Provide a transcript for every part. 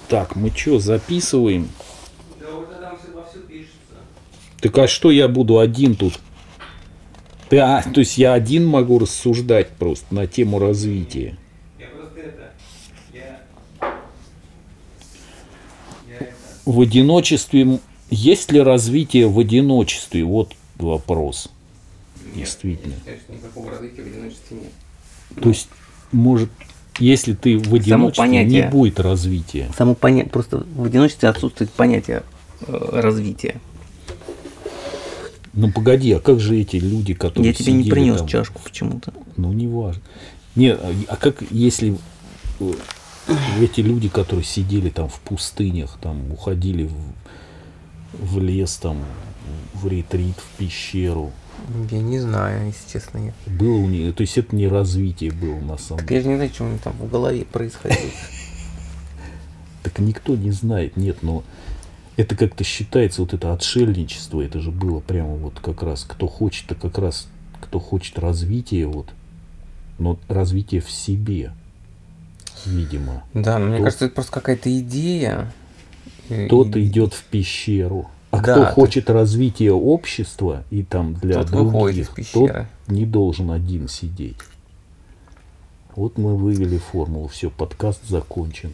Так, мы что, записываем? Да уже там все вовсю пишется. Так а что я буду один тут? То есть я один могу рассуждать просто на тему развития. Я просто В одиночестве... Есть ли развитие в одиночестве? Вот вопрос. Действительно. Я считаю, что никакого развития в одиночестве нет. То есть, может, если ты в одиночестве, понятие. не будет развития. Просто в одиночестве отсутствует понятие развития. Ну погоди, а как же эти люди, которые Я тебе не сидели принес там? чашку почему-то. Ну, не важно. Нет, а как если эти люди, которые сидели там в пустынях, там уходили в лес, там, в ретрит, в пещеру, Я не знаю, если честно, нет. было у них, то есть это не развитие было на самом Так деле. я же не знаю, что у них там в голове происходило. Так никто не знает, нет, но это как-то считается, вот это отшельничество, это же было прямо вот как раз, кто хочет развития, вот, но развитие в себе, видимо. Да, но мне кажется, это просто какая-то идея. Кто-то идет в пещеру, а Да, кто хочет развития общества и там для Тот выходит из других, тот пещеры. не должен один сидеть. Вот мы вывели формулу, все, подкаст закончен.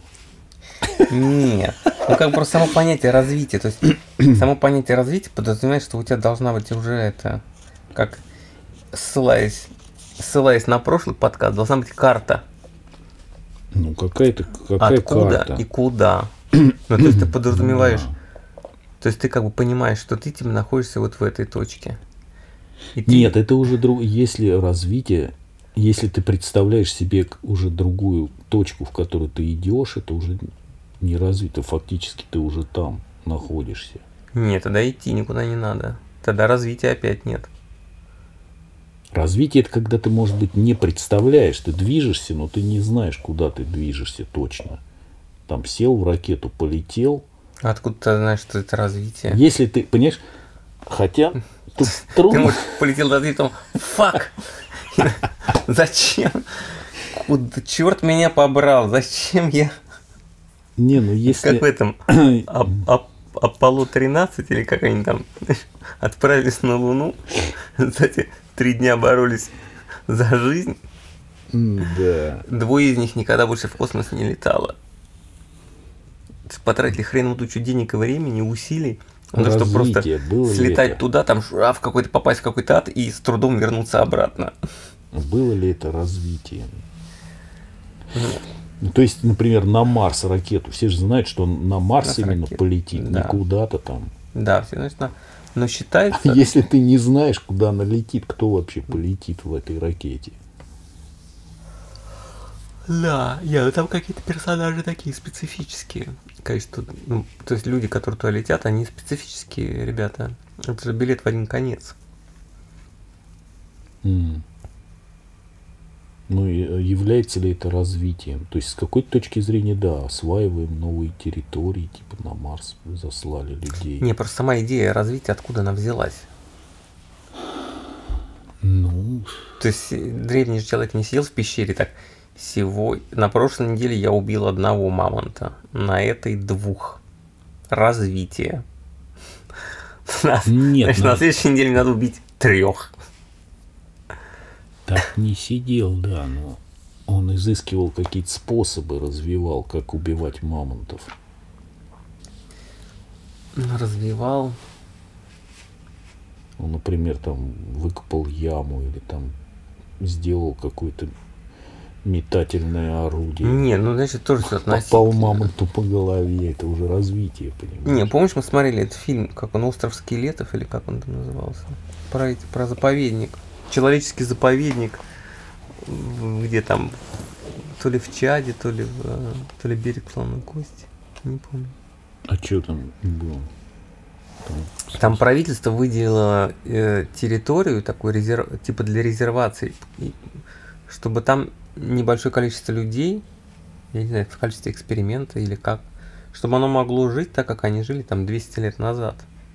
Нет. Ну, как просто само понятие развития. То есть, само понятие развития подразумевает, что у тебя должна быть уже это, как ссылаясь на прошлый подкаст, должна быть карта. Ну, какая Откуда карта? и куда. Ну, то есть ты подразумеваешь, Да. то есть ты как бы понимаешь, что ты типа находишься вот в этой точке. И ты- Нет, это уже если развитие, если ты представляешь себе уже другую точку, в которую ты идешь, это уже не развито, фактически ты уже там находишься. Нет, тогда идти никуда не надо. Тогда развития опять нет. Развитие — это когда ты, может быть, не представляешь, ты движешься, но ты не знаешь, куда ты движешься точно. Там сел в ракету, полетел. А откуда ты знаешь, что это развитие? Если ты, понимаешь, хотя тут Ты, трудно. может, полетел на дверь, потом фак! Зачем? Куда черт меня побрал? Зачем я? Не, ну если... Как в этом Аполло 13 или как они там отправились на Луну. Кстати, 3 дня боролись за жизнь. Да. 2 из них никогда больше в космос не летало. Потратили хреновую тучу денег и времени, усилий, чтобы просто Развитие было ли слетать это? туда, там в какой-то попасть в какой-то ад и с трудом вернуться обратно. Было ли это развитием? Ну, то есть, например, на Марс ракету. Все же знают, что на Марс именно ракета, полетит, да. не куда-то там. Да, все значит, но считается... Если ты не знаешь, куда она летит, кто вообще полетит в этой ракете? Да, там какие-то персонажи такие специфические. Конечно, то есть люди, которые туда летят, они специфические ребята. Это же билет в один конец. Ну, является ли это развитием? То есть, с какой-то точки зрения, да, осваиваем новые территории, типа на Марс заслали людей. Не, просто сама идея развития, откуда она взялась. Ну, То есть древний же человек не сидел в пещере так. На прошлой неделе я убил 1 мамонта, на этой 2. Развитие. нет, Значит, на следующей неделе надо убить 3. так не сидел, да, но он изыскивал какие-то способы, развивал, как убивать мамонтов. Развивал. Он, например, там выкопал яму или там сделал какое-то метательное орудие. Не, ну значит тоже все относительно. Попал мамонту по голове, это уже развитие, понимаешь? Не, помнишь, мы смотрели этот фильм, как он, «Остров скелетов» или как он там назывался? Про заповедник. Человеческий заповедник, где там то ли в Чаде, то ли берег слоновой кости. Не помню. А что там было? Там правительство выделило территорию, такой типа для резервации, чтобы там небольшое количество людей, я не знаю, в качестве эксперимента или как, чтобы оно могло жить так, как они жили там 200 лет назад.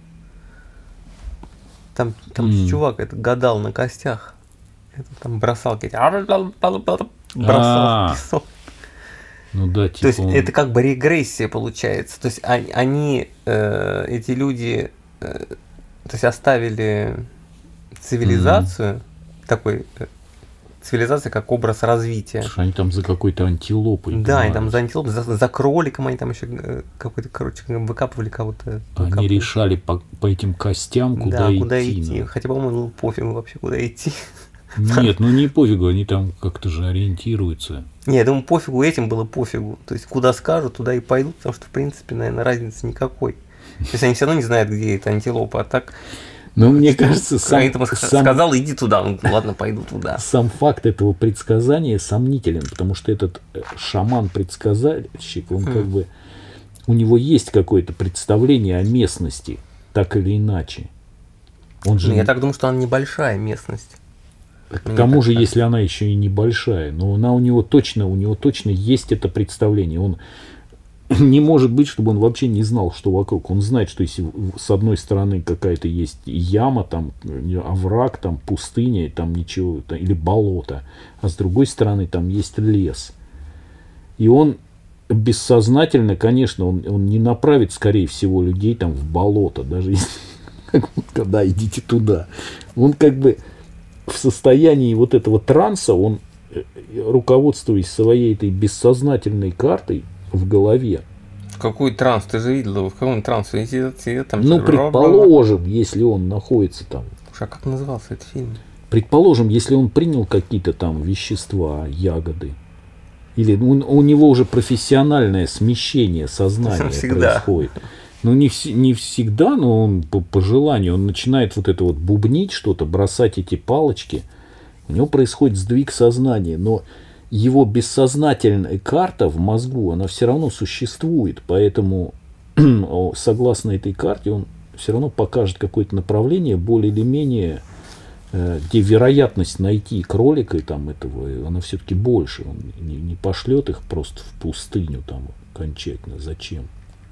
Там чувак это гадал на костях. Это там бросал какие-то... Бросал в песок. Ну да, То есть типа это как бы регрессия получается. То есть они, эти люди, то есть оставили цивилизацию, такой цивилизация как образ развития. Потому что они там за какой-то антилопой. Да, они там гнались. за антилопой, за кроликом, они там еще какой-то, короче, выкапывали кого-то. Они решали по этим костям, куда идти. Куда идти. надо. Хотя, по-моему, ну, пофигу вообще, куда идти. Нет, ну не пофигу, они там как-то же ориентируются. Не, я думаю, пофигу этим было пофигу. То есть, куда скажут, туда и пойдут, потому что, в принципе, наверное, разницы никакой. То есть, они все равно не знают, где эта антилопа, а так... Но мне кажется, Они там сказал, иди туда, ну ладно, пойду туда. сам факт этого предсказания сомнителен, потому что этот шаман-предсказальщик, он как бы, у него есть какое-то представление о местности, так или иначе. Он же, Я так думаю, что она небольшая местность. к тому же, если она еще и небольшая, но она у него точно есть это представление. Он не может быть, чтобы он вообще не знал, что вокруг. Он знает, что если с одной стороны какая-то есть яма, там овраг, там пустыня, там ничего, или болото, а с другой стороны там есть лес. И он бессознательно, конечно, он не направит, скорее всего, людей там в болото, даже если когда идите туда. Он как бы в состоянии вот этого транса, он, руководствуясь своей этой бессознательной картой в голове. Какой транс? Ты же видел, в каком трансе? Там Ну, предположим, если он находится там. А как назывался этот фильм? Предположим, если он принял какие-то там вещества, ягоды, или у него уже профессиональное смещение сознания происходит. Ну, не всегда, но он по желанию, он начинает вот это вот бубнить что-то, бросать эти палочки. У него происходит сдвиг сознания, но его бессознательная карта в мозгу, она все равно существует, поэтому согласно этой карте он все равно покажет какое-то направление более или менее, где вероятность найти кролика и там этого, она все-таки больше. Он не пошлет их просто в пустыню там окончательно. Зачем?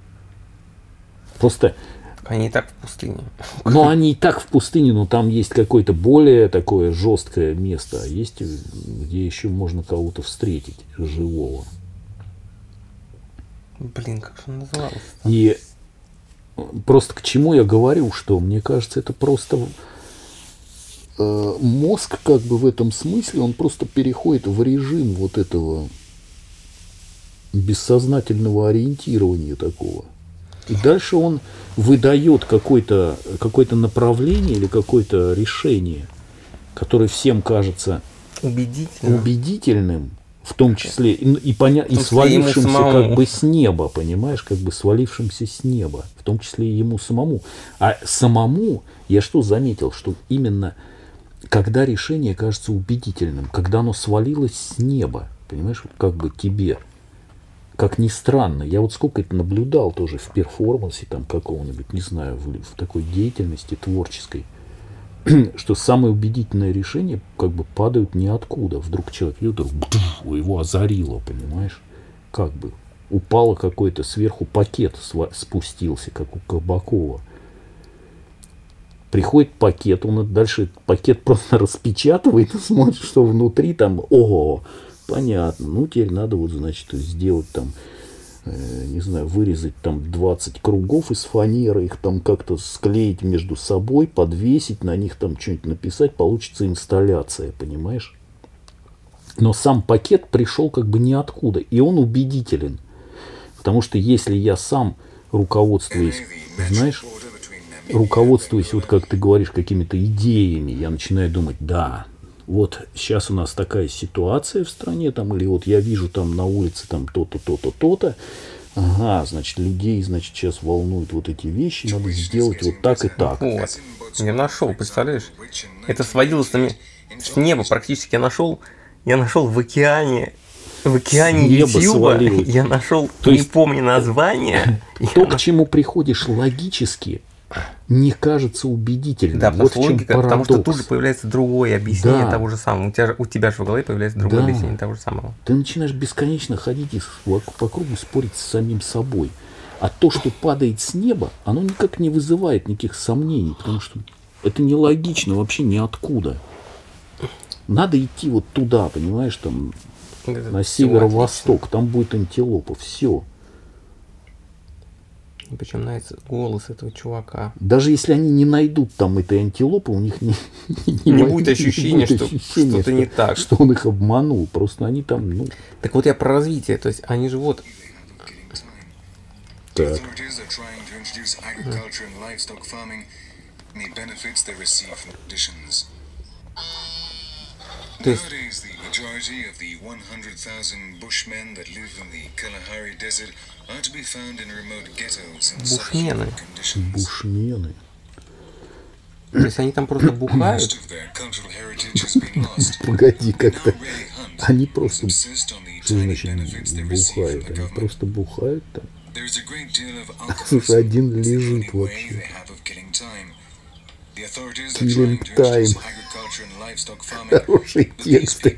Просто... Они и так в пустыне. Ну, они и так в пустыне, но там есть какое-то более такое жесткое место, а есть, где еще можно кого-то встретить живого. Блин, как же он назывался? И просто к чему я говорю, что мне кажется, это просто мозг как бы в этом смысле, он просто переходит в режим вот этого бессознательного ориентирования такого. И дальше он выдает какое-то направление или какое-то решение, которое всем кажется убедительным, в том числе и свалившимся как бы с неба, понимаешь, как бы свалившимся с неба, в том числе и ему самому. А самому я что заметил, что именно когда решение кажется убедительным, когда оно свалилось с неба, понимаешь, как бы тебе. Как ни странно, я вот сколько это наблюдал тоже в перформансе там какого-нибудь, не знаю, в такой деятельности творческой, что самые убедительные решения как бы падают ниоткуда. Вдруг человек идет, его озарило, понимаешь? Как бы упало какой-то сверху пакет, спустился, как у Кабакова. Приходит пакет, он дальше пакет просто распечатывает и смотрит, что внутри там, ого, понятно, ну теперь надо вот, значит, сделать там, не знаю, вырезать там 20 кругов из фанеры, их там как-то склеить между собой, подвесить, на них там что-нибудь написать, получится инсталляция, понимаешь? Но сам пакет пришел как бы ниоткуда, и он убедителен. Потому что если я сам руководствуюсь, знаешь, руководствуюсь, вот как ты говоришь, какими-то идеями, я начинаю думать, да, вот сейчас у нас такая ситуация в стране, там, или вот я вижу там на улице там то-то, то-то, то-то. Ага, значит, людей, значит, сейчас волнуют вот эти вещи, надо сделать вот так и так. Вот. Я нашел, представляешь? Это сводилось с неба практически. Я нашел в океане Ютьюба, я нашел, не помню название. То, к чему приходишь логически, не кажется убедительным. Да, вот логика, потому что тут же появляется другое объяснение того же самого. У тебя же в голове появляется другое объяснение того же самого. Ты начинаешь бесконечно ходить и по кругу спорить с самим собой. А то, что падает с неба, оно никак не вызывает никаких сомнений, потому что это нелогично вообще ниоткуда. Надо идти вот туда, понимаешь, там на северо-восток, там будет антилопа, все. Причем нравится голос этого чувака. Даже если они не найдут там этой антилопы, у них не будет ощущения, что что-то не так. Что он их обманул. Просто они там, ну... Так вот я про развитие. То есть они же вот... Так. То есть... Бушмены. Бушмены. То есть они там просто бухают? Погоди, как-то... Они просто... Что значит бухают? Они просто бухают там. Слушай, один лежит вообще. Killing time. Хорошие тексты.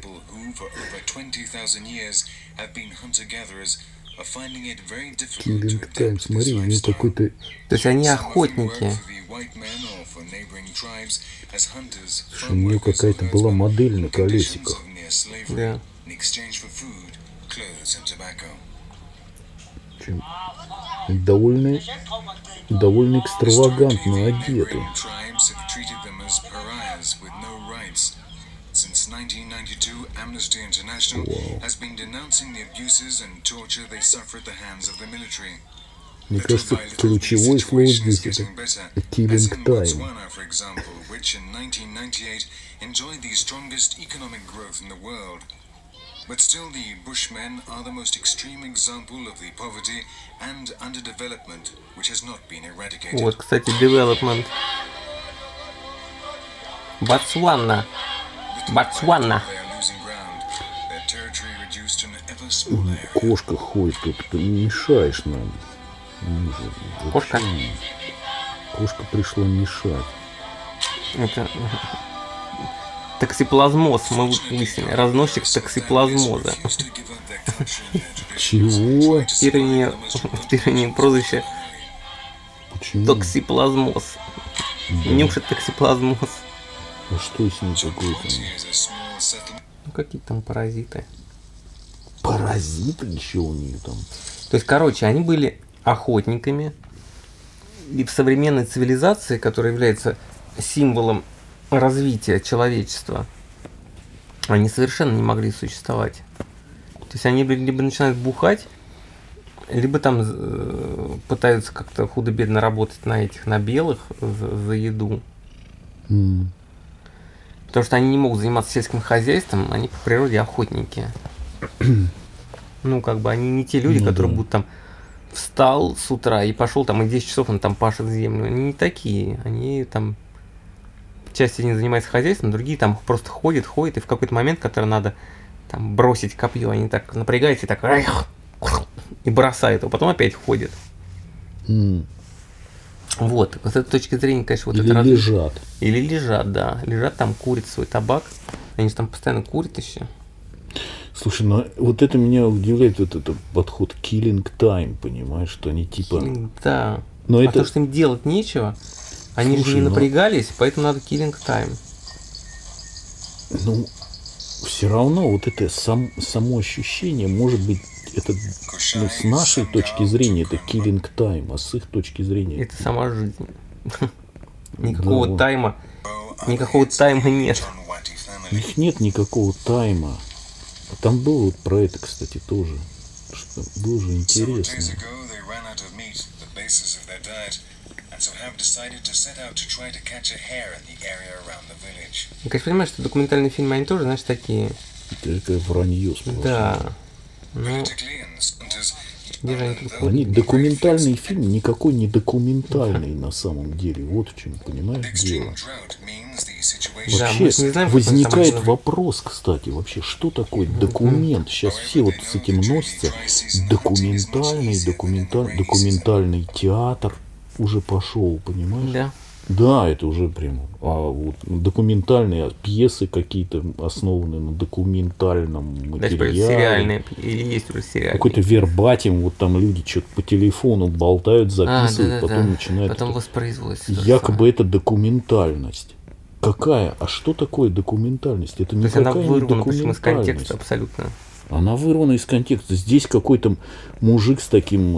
Killing time. Смотри, у него какой-то... То есть они охотники. Слушай, у него какая-то была модель на колесиках. Да. Довольно экстравагантно одеты. Since 1992, Amnesty International has been denouncing the abuses and torture they suffer at the hands of the military. Мне кажется, ключевое слово здесь это killing time. For example, which in 1998 enjoyed the strongest economic growth in the world. But still, the Bushmen are the most extreme example of the poverty and underdevelopment which has not been eradicated. Вот, кстати, development. Ботсвана. Ботсвана. Кошка ходит тут, ты мешаешь нам. Кошка? Кошка пришла мешать. Это токсиплазмоз, мы выяснили. Разносчик токсиплазмоза. Чего? Теперь у нее прозвище токсиплазмоз. Нюшит токсиплазмоз. А что с ним такое-то? Ну какие там паразиты. Паразиты еще у нее там. То есть, короче, они были охотниками. И в современной цивилизации, которая является символом развития человечества, они совершенно не могли существовать. То есть они либо начинают бухать, либо там пытаются как-то худо-бедно работать на белых за еду. Потому что они не могут заниматься сельским хозяйством, они по природе охотники. Ну, как бы они не те люди, которые будут там встал с утра и пошел там, и 10 часов он там пашет землю. Они не такие. Они там часть из них занимается хозяйством, другие там просто ходят, и в какой-то момент, который надо там бросить копье, они так напрягаются и так и бросают его, потом опять ходят. Вот с этой точки зрения, конечно, вот или это лежат. Или лежат, да. Лежат там, курят свой табак. Они же там постоянно курят еще. Слушай, ну вот это меня удивляет, вот этот подход killing time, понимаешь, что они типа... Да. Но это... то, что им делать нечего, они же не напрягались, поэтому надо killing time. Ну, все равно вот это само ощущение, может быть, это ну, с нашей точки зрения это killing time, а с их точки зрения... Это сама жизнь. Никакого тайма. Никакого тайма нет. У них нет никакого тайма. А там было вот про это, кстати, тоже. Что было же интересно. Я, конечно, понимаю, что документальные фильмы, они тоже, знаешь, такие... Это вранье сплошное. Да. Ну, где же они тут ходят? Они документальный фильм никакой не документальный на самом деле. Вот в чем, понимаешь, дело. Вообще да, не знаем, возникает вопрос, кстати, вообще, что такое документ? Сейчас все вот с этим носятся. Документальный театр уже пошел, понимаешь? Да. Да, это уже прям вот документальные пьесы какие-то основаны на документальном материале. Сериальные, или есть уже сериальные. Какой-то вербатим, вот там люди что-то по телефону болтают, записывают, потом начинают... Потом воспроизводится. Якобы это документальность. какая? А что такое документальность? Это То есть она никакая не вырвана причем из документальность. контекста абсолютно. Она вырвана из контекста. Здесь какой-то мужик с таким...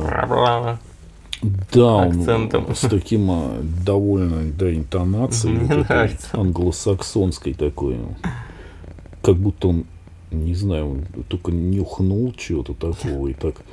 Да, он Акцентом. с таким довольно, да, интонацией. Мне вот этой нравится. англосаксонской такой. Как будто он, не знаю, он только нюхнул чего-то такого и так.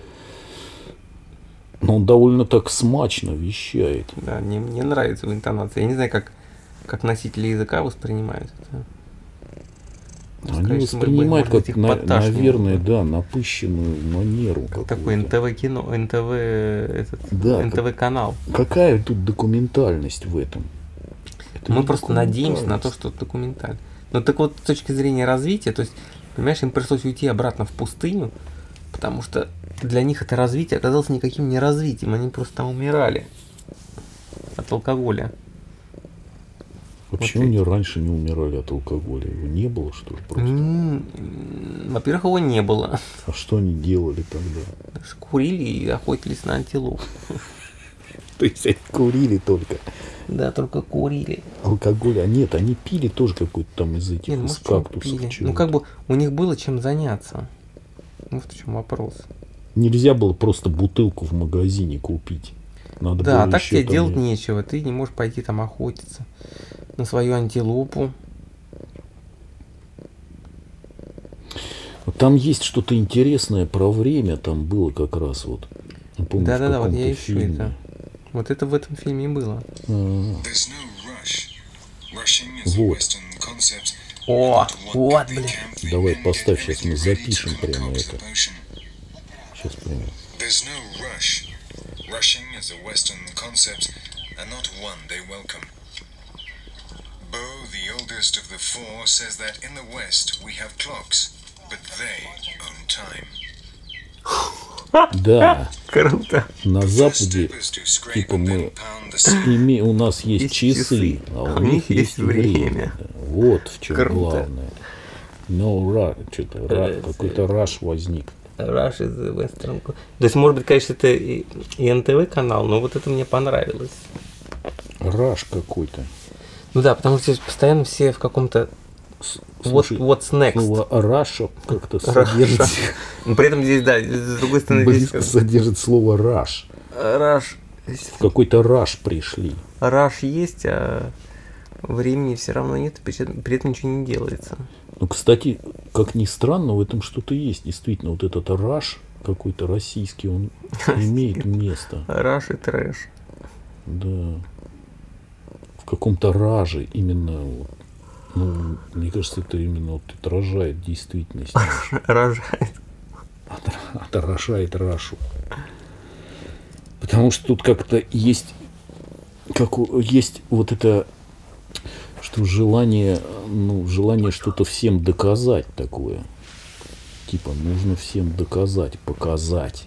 Но он довольно так смачно вещает. Да, мне нравится его интонация. Я не знаю, как носители языка воспринимают это. Они Конечно, воспринимают может быть, как, их подташнивает. наверное, да, напыщенную манеру. Как такой какую-то. НТВ кино, Да, НТВ канал. Какая тут документальность в этом? Это Мы не просто надеемся на то, документальность. что это документально. Но так вот, с точки зрения развития, то есть, понимаешь, им пришлось уйти обратно в пустыню, потому что для них это развитие оказалось никаким не развитием, они просто там умирали от алкоголя. А почему они раньше не умирали от алкоголя? Его не было, что ли, просто? Во-первых, его не было. А что они делали тогда? Курили и охотились на антилоп. То есть они курили только Да, только курили. алкоголь. А нет, они пили тоже какой-то там из этих, Не, из может, что кактусов. пили. чего-то. Ну, как бы у них было чем заняться. Вот в чем вопрос. Нельзя было просто бутылку в магазине купить. Надо Да, было а так еще тебе там делать нечего. Ты не можешь пойти там охотиться на свою антилопу. Там есть что-то интересное про время, там было как раз вот. Я помню, в Да-да-да, вот я каком-то ищу фильме. это. Вот это в этом фильме и было. There's no rush. Rushing is a Вот. Western concept. О, What вот, could they блин. camp the Давай men поставь, get сейчас мы ready запишем to прямо concoct это. the potion? Сейчас прямо. There's no rush. Rushing is a Western concept, and not one they welcome. Bo, the oldest of the four, says that in the West we have clocks, but they own time. Да, Круто. на First Западе step is to scrape типа and мы then pound the sea. у нас есть Есть часы, часы, а у них есть время. Да. Вот в чем Круто. главное. No rush, что-то какой-то раш возник. Rush is the Western. То есть, может быть, конечно, это и НТВ канал, но вот это мне понравилось. Раш какой-то. Ну да, потому что здесь постоянно все в каком-то Слушай, what's next. слово раша как-то Раша. содержит, Но при этом здесь, да, с другой стороны, здесь близко содержит слово раш. Rush. В какой-то раш пришли. Rush есть, а времени все равно нет, при этом ничего не делается. Ну, кстати, как ни странно, в этом что-то есть. Действительно, вот этот раш какой-то российский, он имеет место. Rush и трэш. Да. В каком-то раже именно. Вот. Ну, мне кажется, это именно вот отражает действительность. Рожает. Отражает рашу. Потому что тут как-то есть вот это, что желание что-то всем доказать такое. Типа, нужно всем доказать, показать,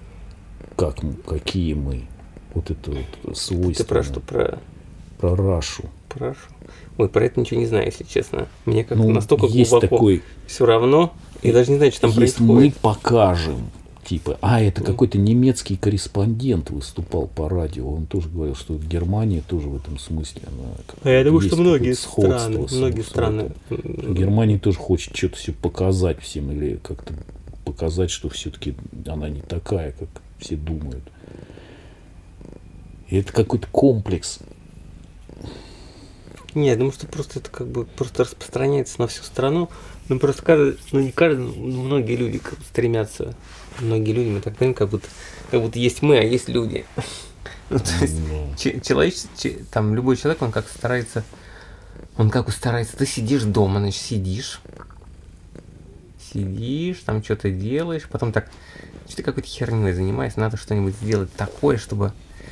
какие мы. Вот это вот свойство. Ты про что? Про рашу. Прошу. Ой, про это ничего не знаю, если честно. Мне как-то Ну, настолько есть глубоко такой, все равно, и даже не знаю, что там есть мы происходит. покажем. Типа, это какой-то немецкий корреспондент выступал по радио. Он тоже говорил, что Германия тоже в этом смысле. Я думаю, есть что многие какое-то сходство страны, с этим. Германия тоже хочет что-то все показать всем, или как-то показать, что все-таки она не такая, как все думают. И это какой-то комплекс. Не, я думаю, что просто это как бы просто распространяется на всю страну. Ну просто каждый, ну не каждый, ну, многие люди как бы стремятся, многие люди, мы так понимаем, как будто есть мы, а есть люди. Ну, то есть там любой человек, он как старается, ты сидишь дома, значит, сидишь, там что-то делаешь, потом так, что ты какой-то херней занимаешься, надо что-нибудь сделать такое, чтобы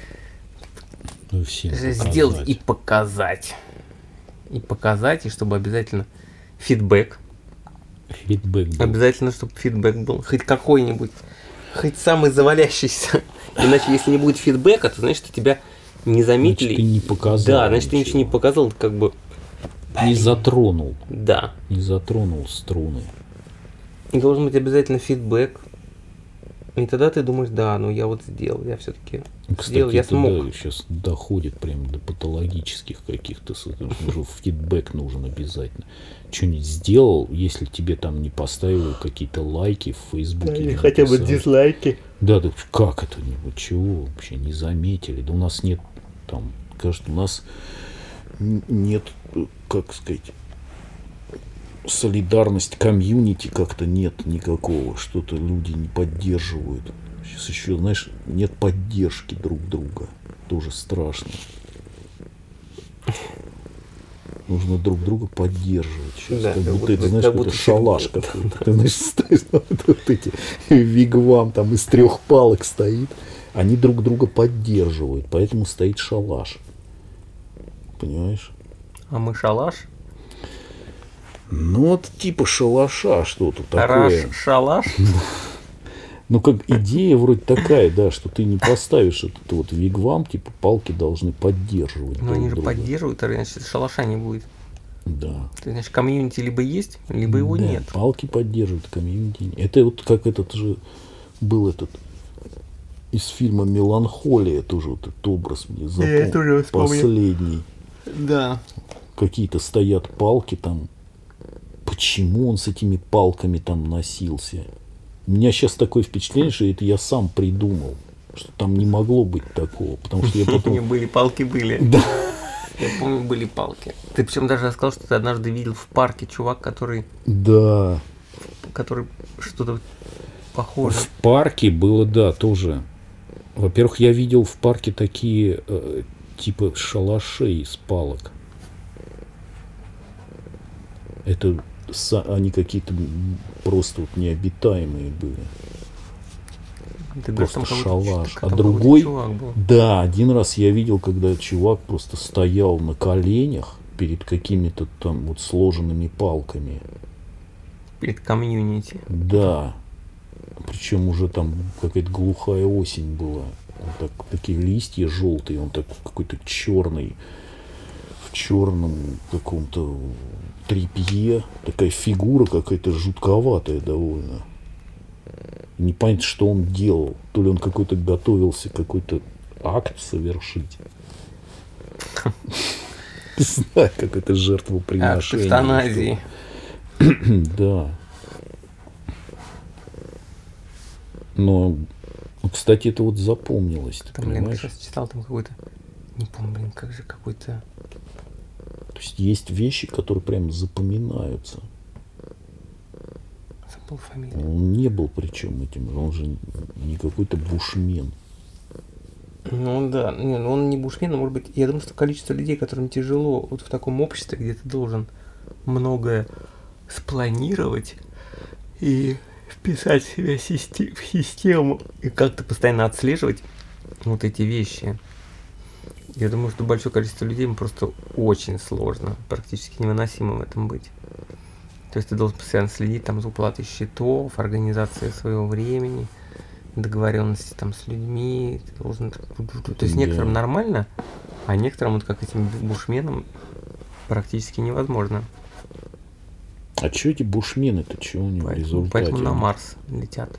Всем сделать и показать. И показать, и чтобы обязательно фидбэк. Фидбэк был. Обязательно, чтобы фидбэк был. Хоть какой-нибудь. Хоть самый завалящийся. Иначе, если не будет фидбэка, то значит, тебя не заметили. Значит, ты не показал. Да, значит, ты ничего не показал, как бы. Не затронул. Да. Не затронул струны. И должен быть обязательно фидбэк. И тогда ты думаешь, да, ну я вот сделал, я все-таки Кстати, сделал, я это, смог. да, сейчас доходит прямо до патологических каких-то, уже фидбэк нужен обязательно. Что-нибудь сделал, если тебе там не поставили какие-то лайки в Фейсбуке. Или хотя бы дизлайки. Да, да, как это, чего вообще не заметили? Да у нас нет, там, кажется, у нас нет, как сказать, солидарность комьюнити как-то нет никакого, что-то люди не поддерживают. Сейчас еще, знаешь, нет поддержки друг друга. Тоже страшно. Нужно друг друга поддерживать. Сейчас, Да, как как будто будто- это, знаешь, как какой-то будто шалаш какой-то. Ты знаешь, стоишь, вот эти вигвам там из 3 палок стоит. Они друг друга поддерживают, поэтому стоит шалаш. Понимаешь? А мы шалаш? Ну, вот типа шалаша что-то такое. Шалаш? Ну, как идея вроде такая, да, что ты не поставишь этот вот вигвам, типа палки должны поддерживать. Но друг они же друга. поддерживают, а значит шалаша не будет. Да. То есть, значит, комьюнити либо есть, либо его Да, нет. палки поддерживают, комьюнити. Это вот как этот же был этот из фильма «Меланхолия», тоже вот этот образ мне Я тоже вспомнил. последний. Да. Какие-то стоят палки там. Почему он с этими палками там носился? У меня сейчас такое впечатление, что это я сам придумал. Что там не могло быть такого. Потому что я Не потом... были палки, были. Да. Я помню, были палки. Ты причем даже рассказал, что ты однажды видел в парке чувак, который Да. что-то похоже. В парке было, да, тоже. Во-первых, я видел в парке такие типа шалашей из палок. Это они какие-то просто вот необитаемые были. Ты говоришь, Просто там какой-то- шалаш. там А какой-то другой, чувак был. да, один раз я видел, когда чувак просто стоял на коленях перед какими-то там вот сложенными палками. Перед комьюнити. Да. Причем уже там какая-то глухая осень была. Вот такие листья желтые, он так какой-то черный, в черном каком-то тряпье. Такая фигура какая-то жутковатая довольно. Не понятно, что он делал. То ли он какой-то готовился, какой-то акт совершить. Не знаю, как это жертвоприношение. Эвтаназии. Да. Но, кстати, это вот запомнилось, ты Там, блин, понимаешь? сейчас читал там какой-то. Не помню, блин, как же какой-то. То есть есть вещи, которые прям запоминаются. Забыл фамилию. Он не был причем этим, он же не какой-то бушмен. Ну да, не, ну он не бушмен, но может быть, я думаю, что количество людей, которым тяжело вот в таком обществе, где ты должен многое спланировать и вписать себя в систему и как-то постоянно отслеживать вот эти вещи. Я думаю, что большое количество людей им просто очень сложно, практически невыносимо в этом быть. То есть ты должен постоянно следить там за уплатой счетов, организацией своего времени, договоренности там с людьми. Ты должен... То есть некоторым нормально, а некоторым, вот как этим бушменам, практически невозможно. А что эти бушмены-то, чего у них в результате? Поэтому на Марс летят.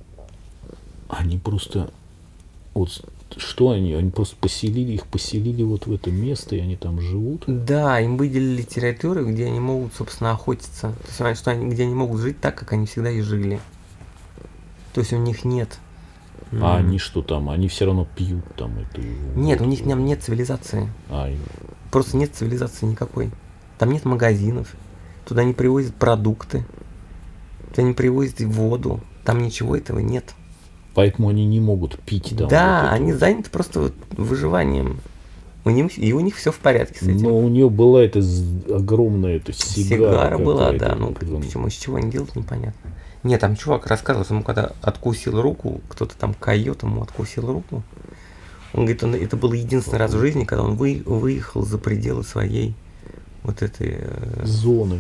Они просто... Вот что они? Они просто их поселили вот в это место, и они там живут? Да, им выделили территорию, где они могут, собственно, охотиться. То есть, где они могут жить так, как они всегда и жили. То есть у них нет... А они что там? Они все равно пьют там эту... Нет, у водку. них там нет цивилизации. А, Просто нет цивилизации никакой. Там нет магазинов. Туда не привозят продукты. Туда не привозят воду. Там ничего этого нет. поэтому они не могут пить там. Да, вот это они вот. заняты просто вот выживанием. У них все в порядке с этим. Но у нее была эта огромная эта Сигара была, какая-то, да. Ну, там. почему, из чего они делают, непонятно. Нет, там чувак рассказывал, что ему когда откусил руку, кто-то там койот ему откусил руку. Он говорит, это был единственный раз в жизни, когда он выехал за пределы своей вот этой... Зоны.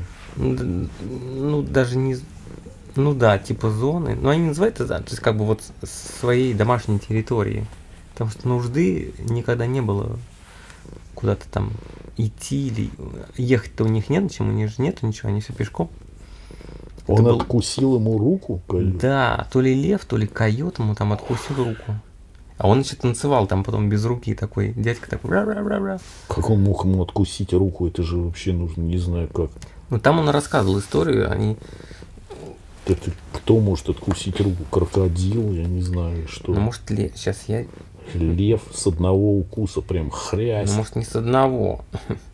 Ну, даже не... Ну да, типа зоны. Но они называют это, то есть как бы вот своей домашней территории. Потому что нужды никогда не было куда-то там идти или... Ехать-то у них нет, чем у них же нету ничего, они все пешком. Он был- откусил ему руку? койот? Да, то ли лев, то ли койот ему там откусил руку. А он еще танцевал, там потом без руки такой, дядька такой. Ра-ра-ра-ра. Как он мог ему откусить руку? Это же вообще нужно, не знаю как. Ну там он рассказывал историю, они... Это кто может откусить руку? Крокодил, я не знаю, что. Ну может сейчас я... Лев с одного укуса прям хрясь. Ну может не с одного.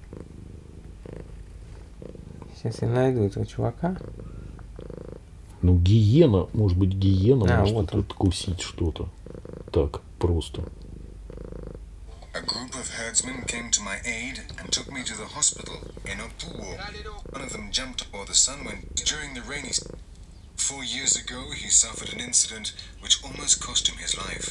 Сейчас я найду этого чувака. Ну гиена, может быть гиена может вот он. откусить что-то. Так, просто. A group of herdsmen came to my aid and took me to the hospital in Opuwo. One of them jumped before the sun went during the rainy season. 4 years ago, he suffered an incident which almost cost him his life.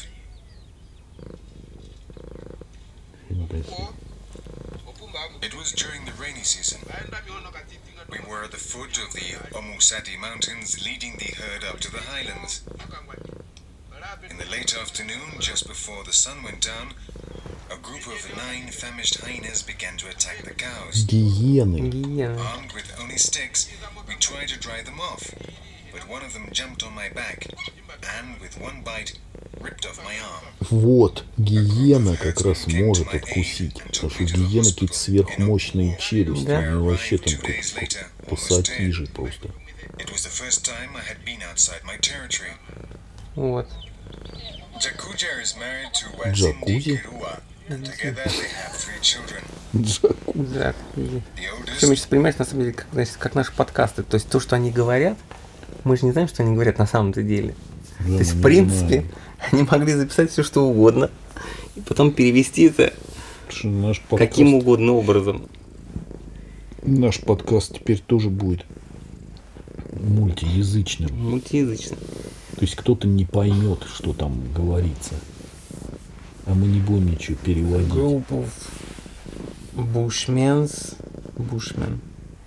It was during the rainy season. We were at the foot of the Omusati Mountains, leading the herd up to the highlands. In the late afternoon, just before the sun went down, a group of 9 famished hyenas began to attack the cows. Гиены. Гиена. Armed with only sticks, we tried to drive them off, but one of them jumped on my back and, with one bite, ripped off my arm. Вот, гиена как раз может откусить. Потому что у гиены какие-то сверхмощные челюсти. Да. Они вообще там пассатижи просто. It was the first time I had been outside my territory. Вот. Jakuja is married to Джакузи? Wazindi Kirua, and together they have 3 children. Да. The Причем, oldest, сейчас понимаешь, на самом деле, как, значит, как наши подкасты. То есть то, что они говорят, мы же не знаем, что они говорят на самом-то деле. Да, То есть, мы в не принципе, знаем. они могли записать все, что угодно, и потом перевести это Что наш каким угодно образом. Наш подкаст теперь тоже будет мультиязычным. Мультиязычно. То есть кто-то не поймет, что там говорится. А мы не будем ничего переводить. Group of Bushmen's. Bushman.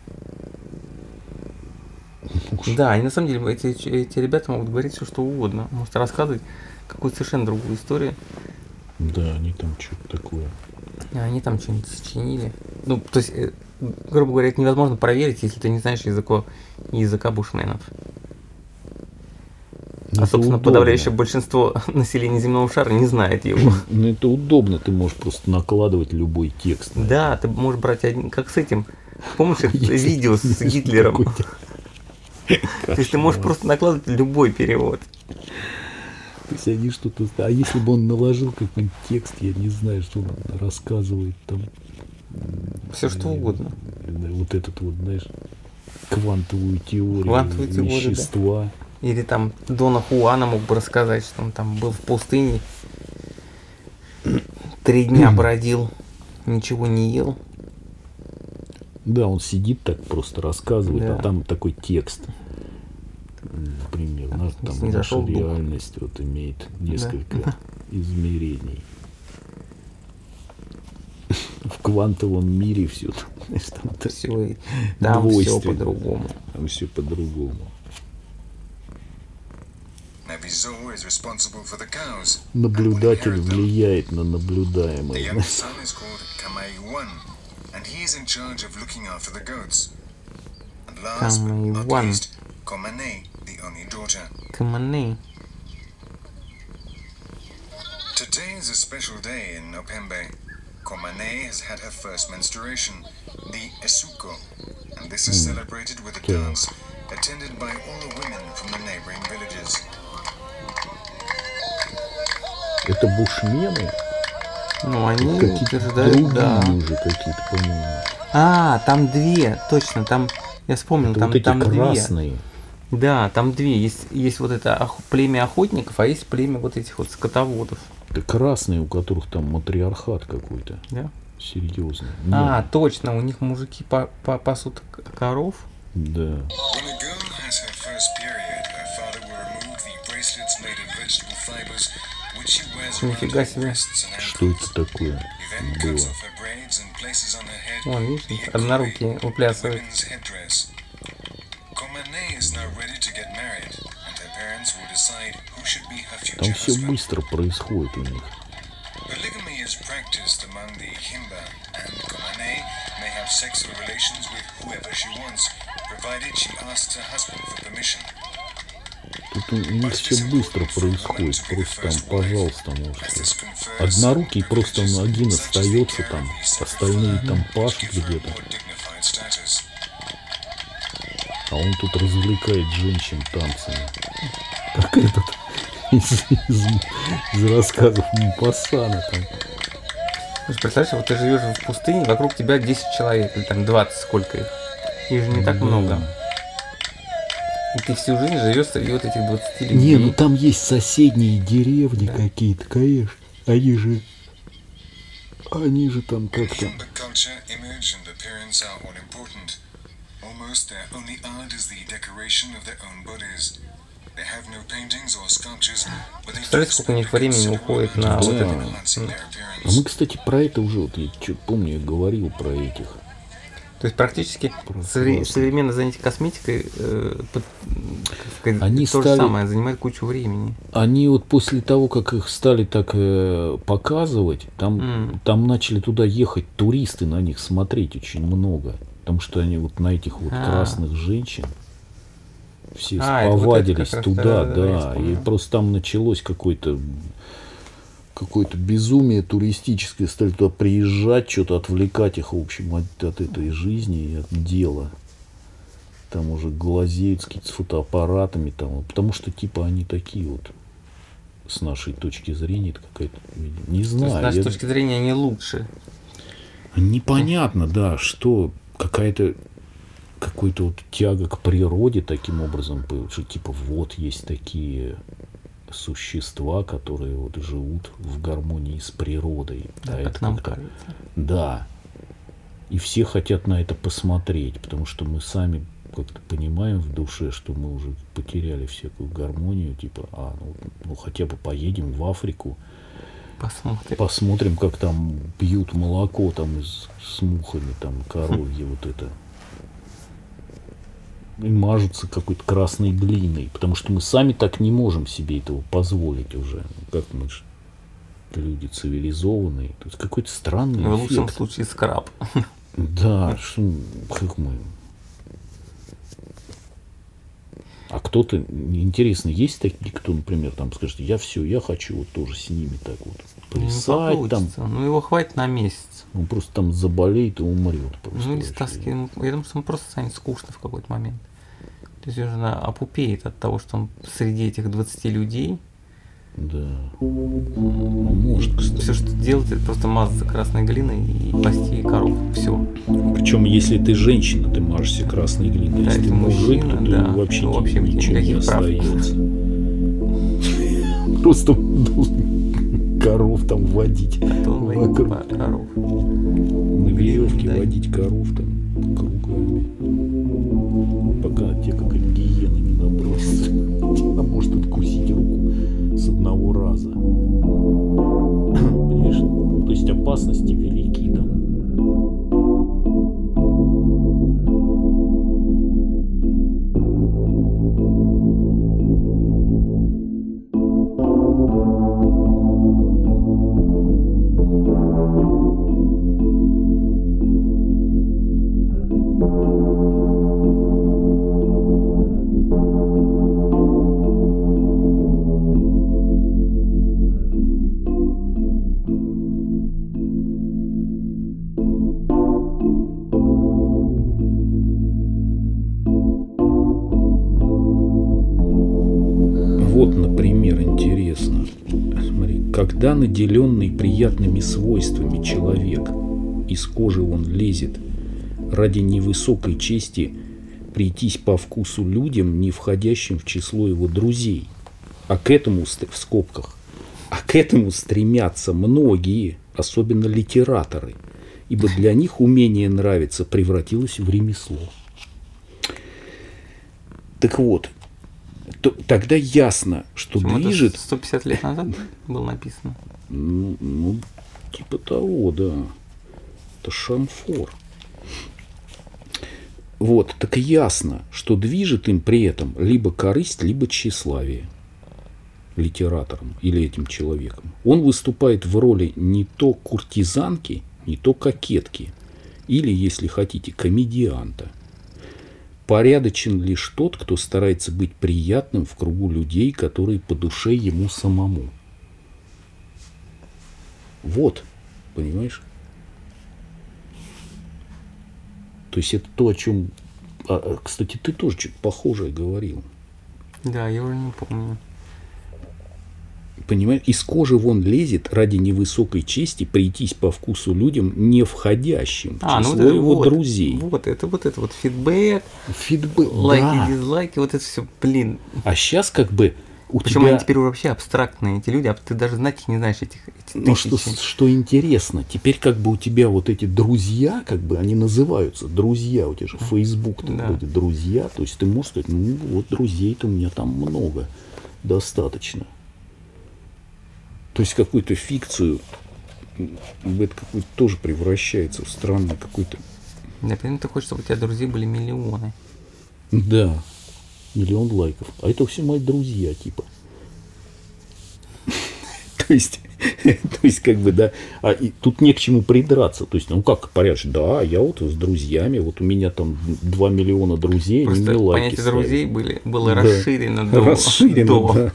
Да, они на самом деле, эти ребята могут говорить все, что угодно. Может рассказывать какую-то совершенно другую историю. Да, они там что-то такое. А они там что-нибудь сочинили. Ну, то есть, грубо говоря, это невозможно проверить, если ты не знаешь языка бушменов. Ну, А, это собственно, удобно. подавляющее большинство населения земного шара не знает его. Ну, это удобно, ты можешь просто накладывать любой текст. на Да, ты можешь брать один, как с этим. Помнишь это Если- видео с если Гитлером? какой-то То есть ты можешь просто накладывать любой перевод. То есть они что-то... А если бы он наложил какой-нибудь текст, я не знаю, что он рассказывает там. Все что угодно. Вот этот вот, знаешь, квантовую теорию Квантовую теорию, да. вещества. Или там Дона Хуана мог бы рассказать, что он там был в пустыне, 3 дня бродил, ничего не ел. Да, он сидит так просто рассказывает, Да. а там такой текст. Например, там если не наша зашел в дух. реальность вот имеет несколько Да. измерений. В квантовом мире все там Все, там все двойственно. по-другому. Там все по-другому. Navizo is responsible for the cows. Наблюдатель and would inherit them. влияет на The наблюдаемое. youngest son is called Kamai-1, and he is in charge of looking after the goats. And last but not Kamai-1. least, Komane, the only daughter. Каманы. Today is a special day in Opembe. Komane has had her first menstruation, the Esuko, and this is celebrated with a dance attended by all the women from the neighboring villages. Это бушмены? Ну, они Какие-то утверждают, другие да. уже какие-то, по-моему. А, там 2, точно, там, я вспомнил, Это там, вот эти там 2. красные. Да, там 2. Есть вот это племя охотников, а есть племя вот этих вот скотоводов. Это красные, у которых там матриархат какой-то. Да? Серьезный. А, точно, у них мужики пасут коров. Да. When a girl has her first period, her father will remove the bracelets made of vegetable fibers, which she wears around Нифига her себе. wrists and Что ankles. это такое He then cuts было? off her braids and places on her head Вон, видишь, the однорукие ikoi, выплясывают. women's headdress. Komane is now ready to get married, and her parents will decide who should be her Там future все husband. быстро происходит у них. Polygamy is practiced among the Himba, and Komane may have sexual relations with whoever she wants, provided she asks her husband for permission. То тут у них все быстро происходит. Просто там, пожалуйста, может. Однорукий просто один остается там, остальные там пашут где-то. А он тут развлекает женщин танцами. Как этот из рассказов Мопассана там. Представляешь, вот ты живешь в пустыне, вокруг тебя 10 человек, или там 20, сколько их. Их же не так много. И ты всю жизнь живешь среди вот этих 20 людей. Не, ну там есть соседние деревни какие-то, конечно. Они же там как-то... Представляете, сколько у них времени уходит на вот это. А мы, кстати, про это уже, вот я что-то помню, я говорил про этих. То есть практически современное занятие косметикой они то же самое, занимает кучу времени. Они вот после того, как их стали так показывать, там начали туда ехать туристы, на них смотреть очень много. Потому что они вот на этих вот красных женщин все повадились вот туда, да. И просто там началось какое-то безумие туристическое, стали туда приезжать, что-то отвлекать их, в общем, от этой жизни и от дела. Там уже глазеют с фотоаппаратами, там, потому что типа они такие вот, с нашей точки зрения, это какая-то, не знаю. С нашей точки зрения они лучше. Непонятно, да, что какая-то вот тяга к природе таким образом, что типа вот есть такие существа, которые вот живут в гармонии с природой. Да, как нам кажется. Да. И все хотят на это посмотреть, потому что мы сами как-то понимаем в душе, что мы уже потеряли всякую гармонию, типа, ну хотя бы поедем в Африку, посмотрим, как там пьют молоко там с мухами, там коровье вот это. И мажутся какой-то красной глиной, потому что мы сами так не можем себе этого позволить уже. Как мы же люди цивилизованные. То есть какой-то странный в эффект. лучшем случае скраб. Да, как мы. А кто-то, интересно, есть такие, кто, например, там скажет, я хочу вот тоже с ними так вот плясать. Не там. Ну его хватит на месяц. Он просто там заболеет и умрет. Просто ну или с тоски. Я думаю, что он просто станет скучно в какой-то момент. То есть он опупеет от того, что он среди этих 20 людей. Да. Может, кстати. Все, что делать, это просто мазаться красной глиной и пасти коров. Все. Причем, если ты женщина, ты мажешься красной глиной. Да, если ты мужик, то ты вообще ничего не остается. Просто коров там водить. Вокруг коров. На веревке водить коров там кругами. Пока те как гиены не набросятся. А может откусить руку с одного раза. Понимаешь? То есть опасности велики там. Вот, например, интересно. Смотри, когда наделенный приятными свойствами человек из кожи он лезет ради невысокой чести прийтись по вкусу людям, не входящим в число его друзей, а к этому, в скобках, к этому стремятся многие, особенно литераторы, ибо для них умение нравиться превратилось в ремесло. Так вот, тогда ясно, что движет... 150 лет назад было написано. Ну, типа того, да. Это Шамфор. Вот, так ясно, что движет им при этом либо корысть, либо тщеславие литератором или этим человеком. Он выступает в роли не то куртизанки, не то кокетки, или, если хотите, комедианта. порядочен лишь тот, кто старается быть приятным в кругу людей, которые по душе ему самому. Вот, понимаешь? То есть это то, о чем... кстати, ты тоже что-то похожее говорил. Да, я уже не помню. Понимаешь, из кожи вон лезет ради невысокой чести прийтись по вкусу людям, не входящим в число его друзей. Вот это фидбэк, лайки, да. дизлайки, вот это все, блин. А сейчас как бы у Причем тебя... они теперь вообще абстрактные, эти люди, а ты даже знать их не знаешь, эти Ну, тысячи. что интересно, теперь как бы у тебя вот эти друзья, как бы они называются друзья, у тебя же Facebook там Да. вроде друзья, то есть ты можешь сказать, ну вот друзей-то у меня там много, достаточно. То есть какую-то фикцию, в это какую-то тоже превращается в странный какой-то... Например, ты хочешь, чтобы у тебя друзей были миллионы. Да, 1 000 000 лайков. А это все мои друзья, типа. То есть, как бы, да, и тут не к чему придраться. То есть, ну как, порядочно, да, я вот с друзьями, вот у меня там 2 миллиона друзей, они Просто мне лайки понятие ставят. друзей было Да. расширено до... Расширено, да.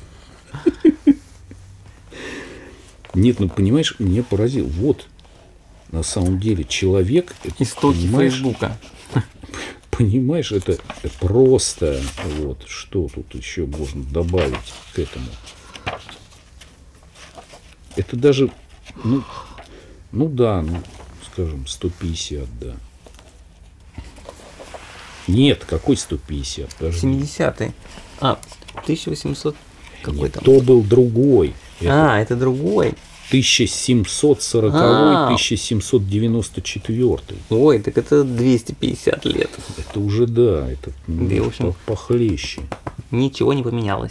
Нет, ну понимаешь, меня поразило. Вот, на самом деле, человек... Истоки понимаешь, Фейсбука. Понимаешь, это просто... Вот, что тут еще можно добавить к этому? Это даже... Ну да, ну, скажем, 150, да. Нет, какой 150? Подожди. 70-й. 1800 какой Нет, там? то был другой. Это Это другой. 1740-1794. Ой, так это 250 лет. Это уже, да, это Да и, в общем- похлеще. Ничего не поменялось.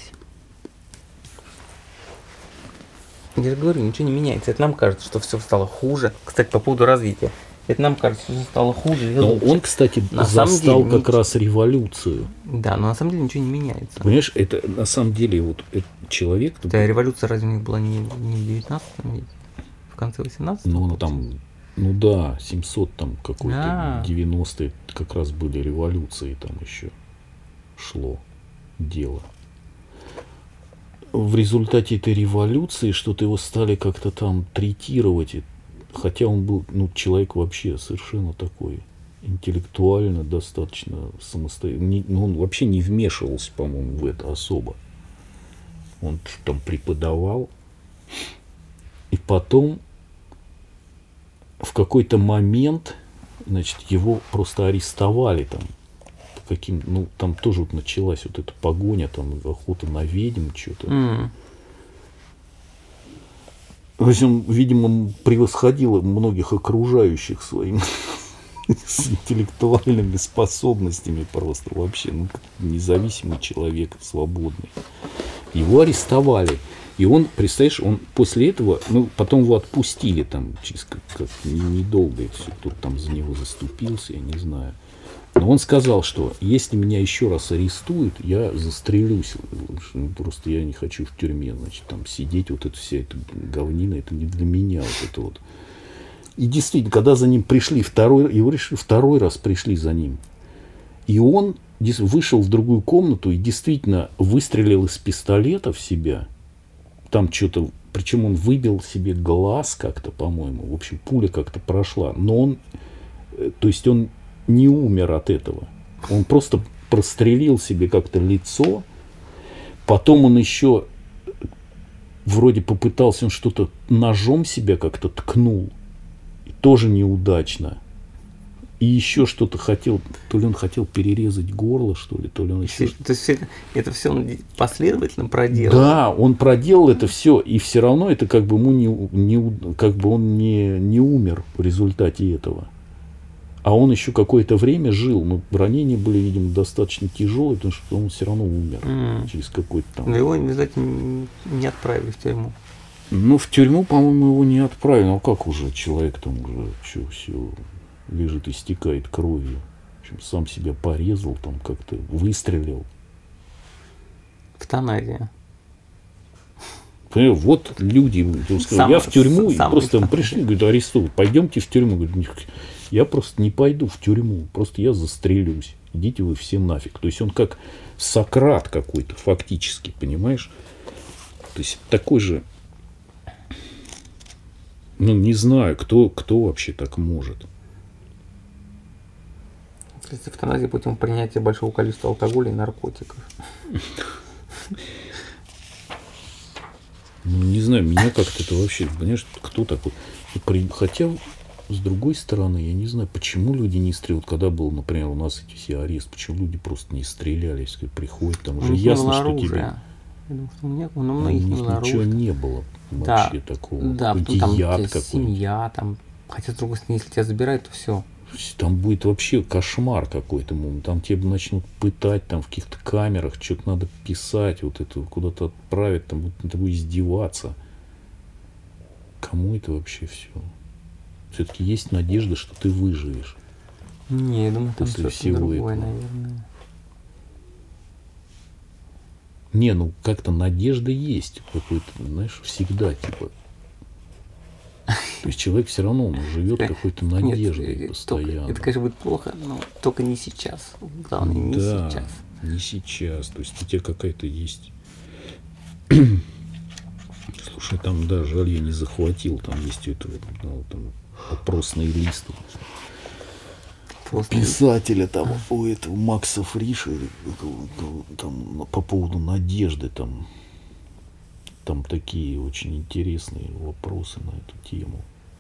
Я же говорю, ничего не меняется. Это нам кажется, что все стало хуже. Кстати, по поводу развития. Это нам кажется, что все стало хуже. и Но лучше. он, кстати, На самом застал деле, как раз революцию. Да, но на самом деле ничего не меняется. Понимаешь, это на самом деле вот этот человек... Да, революция разве у них была не в 19 веке? В конце 18 Ну, он там, ну да, 700 там какой-то, А. 90-е как раз были революции, там еще шло дело. В результате этой революции что-то его стали как-то там третировать, хотя он был, ну, человек вообще совершенно такой интеллектуально достаточно самостоятельный, он вообще не вмешивался, по-моему, в это особо. Он там преподавал. И потом в какой-то момент, значит, его просто арестовали там. Каким, ну, там тоже вот началась вот эта погоня, там, охота на ведьм, что-то. В общем, видимо, превосходило многих окружающих своим с интеллектуальными способностями просто вообще. Ну, как независимый человек, свободный. Его арестовали. И он, представляешь, он после этого, ну, потом его отпустили там, через как недолго это все, кто-то там за него заступился, я не знаю. Но он сказал, что если меня еще раз арестуют, я застрелюсь. Ну, просто я не хочу в тюрьме, значит, там сидеть, вот эта вся эта говнина, это не для меня, вот это вот. И действительно, когда за ним пришли его решили, второй раз пришли за ним. И он вышел в другую комнату и действительно выстрелил из пистолета в себя. Там что-то, причем он выбил себе глаз как-то, по-моему. В общем, пуля как-то прошла. Но он, то есть он не умер от этого. Он просто прострелил себе как-то лицо. Потом он еще вроде попытался, он что-то ножом себя как-то ткнул. И тоже неудачно. И еще что-то хотел, то ли он хотел перерезать горло, что ли, то ли он еще... То есть это все он последовательно проделал? Да, он проделал это все, и все равно это как бы ему как бы он не умер в результате этого. А он еще какое-то время жил, но ранения были, видимо, достаточно тяжелые, потому что он все равно умер через какой-то там... Но его обязательно не отправили в тюрьму. Ну, в тюрьму, по-моему, его не отправили. Ну, как уже человек там уже все лежит, истекает кровью. В общем, сам себя порезал, там как-то выстрелил. Эвтаназия. Понимаешь, вот люди, я в тюрьму, и просто пришли, говорят, арестовывают, пойдемте в тюрьму. Говорят, я просто не пойду в тюрьму, просто я застрелюсь. Идите вы все нафиг. То есть он как Сократ какой-то фактически, понимаешь? То есть такой же, ну не знаю, кто вообще так может. Эвтаназия путем принятия большого количества алкоголя и наркотиков. Ну, не знаю, меня как-то это вообще, понимаешь, кто такой? Хотя, с другой стороны, я не знаю, почему люди не стреляют. Когда был, например, у нас эти все аресты, почему люди просто не стрелялись, приходят, там уже ясно, что тебе... Я думаю, что у них У них ничего не было вообще такого. Да, потом там яд у тебя семья, там, хотя с другой стороны, если тебя забирают, то все. Там будет вообще кошмар какой-то. Там тебя начнут пытать там в каких-то камерах, что-то надо писать, вот это куда-то отправить, там будут над тобой издеваться. Кому это вообще все? Все-таки есть надежда, что ты выживешь. Не, я думаю, там после что-то всего другое, этого. наверное. Не, ну как-то надежда есть. Какой-то, знаешь, всегда типа. То есть человек все равно он живет какой-то надеждой постоянно. Это, конечно, будет плохо, но только не сейчас. Главное, не сейчас. Не сейчас. То есть у тебя какая-то есть. Слушай, там, да, жаль, я не захватил. Там есть это, ну, там, опросный лист. Писателя там, у этого Макса Фриша, там, по поводу надежды, там такие очень интересные вопросы на эту тему.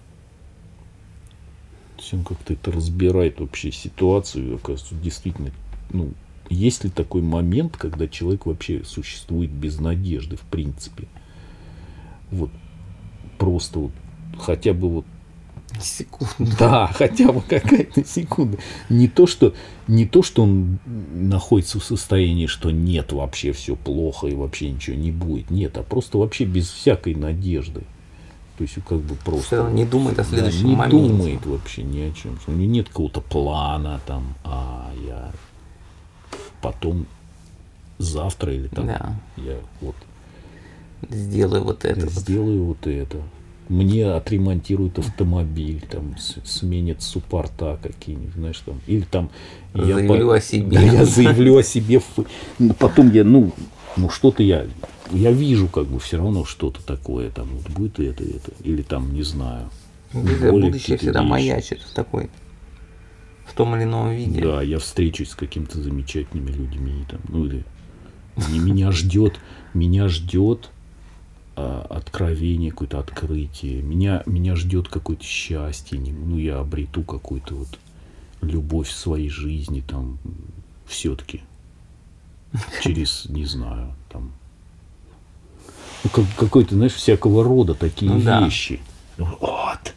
То есть он как-то это разбирает вообще ситуацию, оказывается, действительно, ну, есть ли такой момент, когда человек вообще существует без надежды, в принципе? Вот, просто вот, хотя бы вот секунду. Да, хотя бы какая-то секунда. Не то, что он находится в состоянии, что нет, вообще все плохо и вообще ничего не будет. Нет, а просто вообще без всякой надежды. То есть как бы просто... Он не думает о следующем не моменте. Не думает вообще ни о чем. У него нет какого-то плана там, я потом завтра или там я вот сделаю вот это. Сделаю вот это. Мне отремонтируют автомобиль, там сменят суппорта какие-нибудь, знаешь, там, или там заявлю о себе. Да, я заявлю о себе. Потом я, что-то я вижу, как бы все равно что-то такое, там вот будет это, или там, не знаю. Будущее всегда маячит в том или ином виде. Да, я встречусь с какими-то замечательными людьми, там, или меня ждет откровение, какое-то открытие. Меня ждет какое-то счастье. Я обрету какую-то вот любовь в своей жизни там все-таки. Через, не знаю, там. Какой-то, знаешь, всякого рода такие вещи. Вот.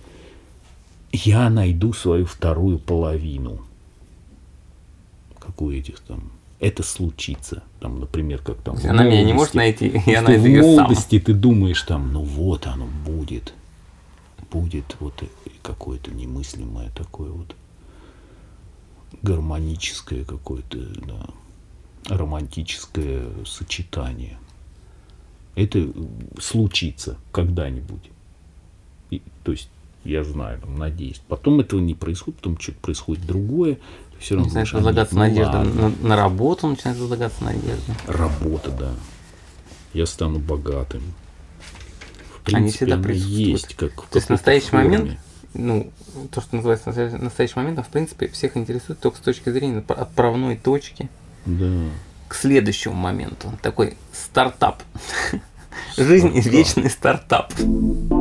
Я найду свою вторую половину. Как у этих там. Это случится. Там, например, как там. Она меня не может найти, я найду ее сам. В молодости ты думаешь, там, вот оно будет. Будет вот какое-то немыслимое такое вот гармоническое какое-то, романтическое сочетание. Это случится когда-нибудь. То есть, я знаю, надеюсь. Потом этого не происходит, потом что-то происходит другое. Все равно начинает возлагаться надежда на работу, начинает возлагаться надежда. Работа, да. Я стану богатым. В принципе, они всегда она присутствуют. Есть, как то есть в настоящий момент, то, что называется настоящим моментом, в принципе, всех интересует только с точки зрения отправной точки к следующему моменту. Такой стартап. Жизнь – вечный стартап.